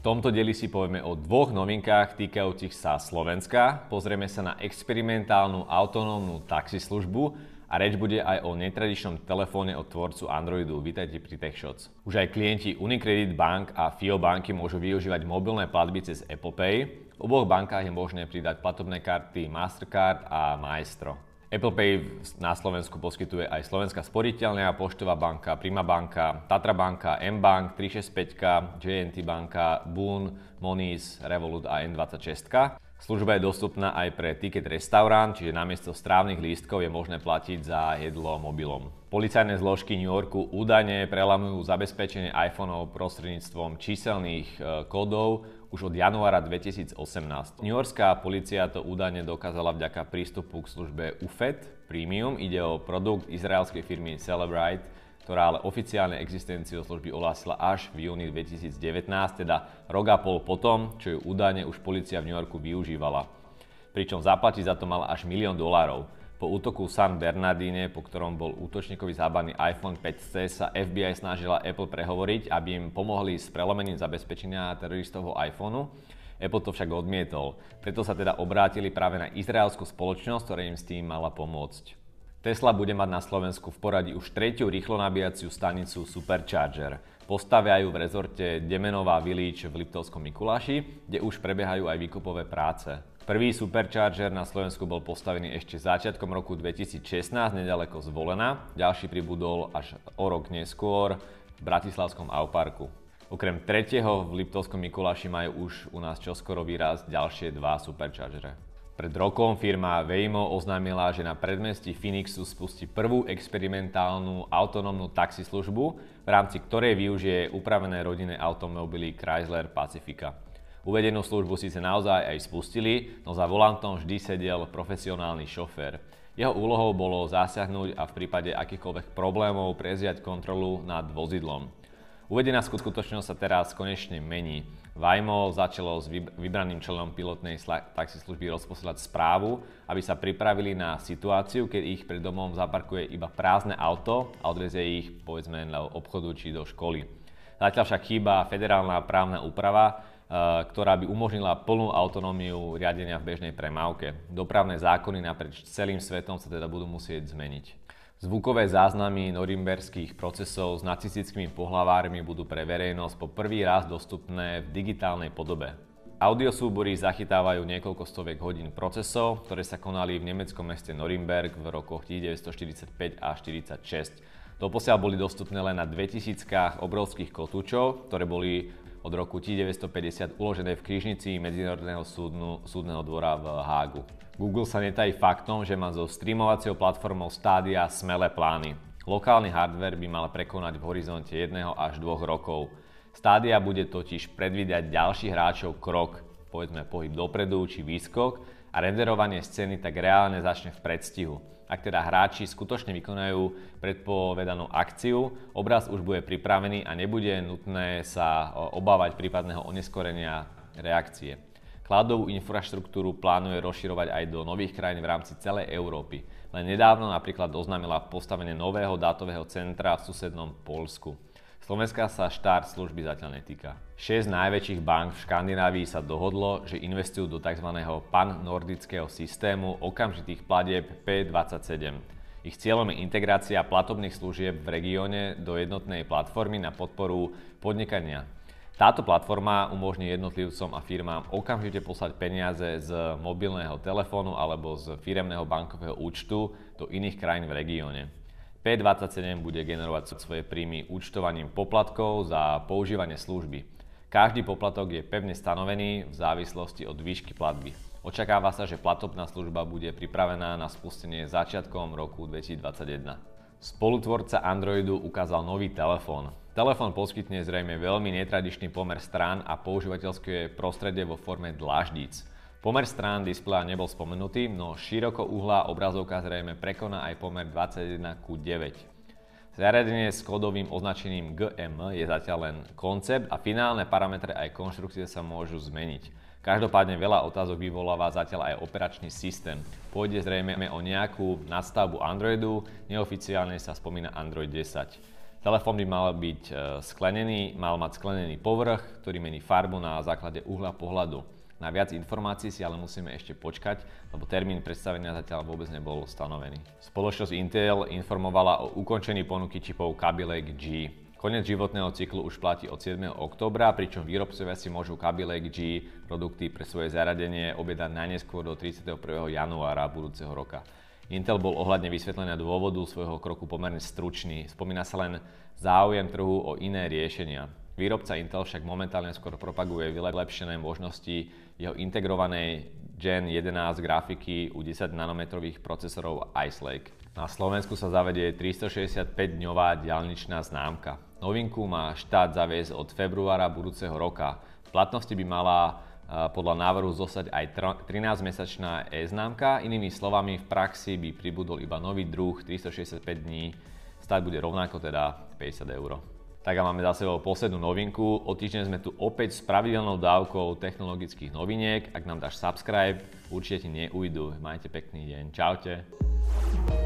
tomto dieli si povieme o dvoch novinkách týkajúcich sa Slovenska. Pozrieme sa na experimentálnu autonómnu taxislužbu a reč bude aj o netradičnom telefóne od tvorcu Androidu. Vítajte pri TechShots. Už aj klienti Unicredit Bank a FIO banky môžu využívať mobilné platby cez Apple Pay. V oboch bankách je možné pridať platobné karty Mastercard a Maestro. Apple Pay na Slovensku poskytuje aj Slovenská sporiteľňa, Poštová banka, Prima banka, Tatra banka, M-Bank, 365, JNT banka, Boon, Moniz, Revolut a N26. Služba je dostupná aj pre Ticket Restaurant, čiže namiesto strávnych lístkov je možné platiť za jedlo mobilom. Policajné zložky New Yorku údajne prelamujú zabezpečenie iPhoneov prostredníctvom číselných kódov už od januára 2018. Newyorská polícia to údajne dokázala vďaka prístupu k službe UFED Premium. Ide o produkt izraelskej firmy Cellebrite, ktorá ale oficiálne existenciu služby ohlásila až v júni 2019, teda rok a pol potom, čo ju údajne už polícia v New Yorku využívala. Pričom zaplatiť za to mala až $1 000 000. Po útoku v San Bernardine, po ktorom bol útočníkovi zabaný iPhone 5C, sa FBI snažila Apple prehovoriť, aby im pomohli s prelomením zabezpečenia teroristovho iPhoneu. Apple to však odmietol. Preto sa teda obrátili práve na izraelskú spoločnosť, ktorá im s tým mala pomôcť. Tesla bude mať na Slovensku v poradí už tretiu rýchlo nabíjaciu stanicu Supercharger. Postavia ju v rezorte Demenová Village v Liptovskom Mikuláši, kde už prebiehajú aj výkupové práce. Prvý Supercharger na Slovensku bol postavený ešte začiatkom roku 2016 nedaleko Zvolena, ďalší pribudol až o rok neskôr v bratislavskom Auparku. Okrem tretieho v Liptovskom Mikuláši majú už u nás čoskoro výrazť ďalšie dva Superchargere. Pred rokom firma Waymo oznámila, že na predmestí Phoenixu spustí prvú experimentálnu autonómnu taxislužbu, v rámci ktorej využije upravené rodinné automobily Chrysler Pacifica. Uvedenú službu síce naozaj aj spustili, no za volantom vždy sedel profesionálny šofér. Jeho úlohou bolo zasiahnuť a v prípade akýchkoľvek problémov prevziať kontrolu nad vozidlom. Uvedená skutočnosť sa teraz konečne mení. Waymo začalo s vybraným členom pilotnej taxislužby rozposielať správu, aby sa pripravili na situáciu, keď ich pred domom zaparkuje iba prázdne auto a odvezie ich povedzme do obchodu či do školy. Zatiaľ však chýba federálna právna úprava, ktorá by umožnila plnú autonómiu riadenia v bežnej premávke. Dopravné zákony naprieč celým svetom sa teda budú musieť zmeniť. Zvukové záznamy norimberských procesov s nacistickými pohlavármi budú pre verejnosť po prvý raz dostupné v digitálnej podobe. Audiosúbory zachytávajú niekoľko stoviek hodín procesov, ktoré sa konali v nemeckom meste Norimberg v rokoch 1945 a 1946. Doposiaľ boli dostupné len na 2000 obrovských kotúčov, ktoré boli od roku 1950 uložené v krížnici Medzinárodného súdneho dvora v Hágu. Google sa netají faktom, že má so streamovacou platformou Stadia smelé plány. Lokálny hardware by mal prekonať v horizonte 1 až 2 rokov. Stadia bude totiž predvídať ďalších hráčov krok, povedzme pohyb dopredu či výskok, a renderovanie scény tak reálne začne v predstihu. Ak teda hráči skutočne vykonajú predpovedanú akciu, obraz už bude pripravený a nebude nutné sa obávať prípadného oneskorenia reakcie. Cloudovú infraštruktúru plánuje rozširovať aj do nových krajín v rámci celej Európy. Len nedávno napríklad oznámila postavenie nového dátového centra v susednom Poľsku. Slovenská sa štart služby zatiaľ netýka. 6 najväčších bank v Škandinávii sa dohodlo, že investujú do tzv. Pan-nordického systému okamžitých platieb P27. Ich cieľom je integrácia platobných služieb v regióne do jednotnej platformy na podporu podnikania. Táto platforma umožní jednotlivcom a firmám okamžite poslať peniaze z mobilného telefónu alebo z firemného bankového účtu do iných krajín v regióne. P27 bude generovať svoje príjmy účtovaním poplatkov za používanie služby. Každý poplatok je pevne stanovený v závislosti od výšky platby. Očakáva sa, že platobná služba bude pripravená na spustenie začiatkom roku 2021. Spolutvorca Androidu ukázal nový telefón. Telefón poskytne zrejme veľmi netradičný pomer strán a používateľské prostredie vo forme dlaždíc. Pomer strán displeja nebol spomenutý, no širokouhlá obrazovka zrejme prekoná aj pomer 21:9. Zariadenie s kódovým označením GM je zatiaľ len koncept a finálne parametre aj konštrukcie sa môžu zmeniť. Každopádne veľa otázok vyvoláva zatiaľ aj operačný systém. Pôjde zrejme o nejakú nadstavbu Androidu, neoficiálne sa spomína Android 10. Telefón by mal byť sklenený, mal mať sklenený povrch, ktorý mení farbu na základe uhla pohľadu. Na viac informácií si ale musíme ešte počkať, lebo termín predstavenia zatiaľ vôbec nebol stanovený. Spoločnosť Intel informovala o ukončení ponuky čipov Kaby Lake G. Koniec životného cyklu už platí od 7. októbra, pričom výrobcovia si môžu Kaby Lake G produkty pre svoje zariadenie objednať najneskôr do 31. januára budúceho roka. Intel bol ohľadne vysvetlenia dôvodu svojho kroku pomerne stručný. Spomína sa len záujem trhu o iné riešenia. Výrobca Intel však momentálne skôr propaguje vylepšené možnosti jeho integrovanej Gen 11 grafiky u 10 nanometrových procesorov Ice Lake. Na Slovensku sa zavedie 365-dňová diaľničná známka. Novinku má štát zaviesť od februára budúceho roka. V platnosti by mala podľa návrhu zostať aj 13-mesačná e-známka. Inými slovami, v praxi by pribudol iba nový druh 365 dní. Stáť bude rovnako, teda 50 €. Tak a máme za sebou poslednú novinku. O týždeň sme tu opäť s pravidelnou dávkou technologických noviniek. Ak nám dáš subscribe, určite ti neujdu. Majte pekný deň. Čaute.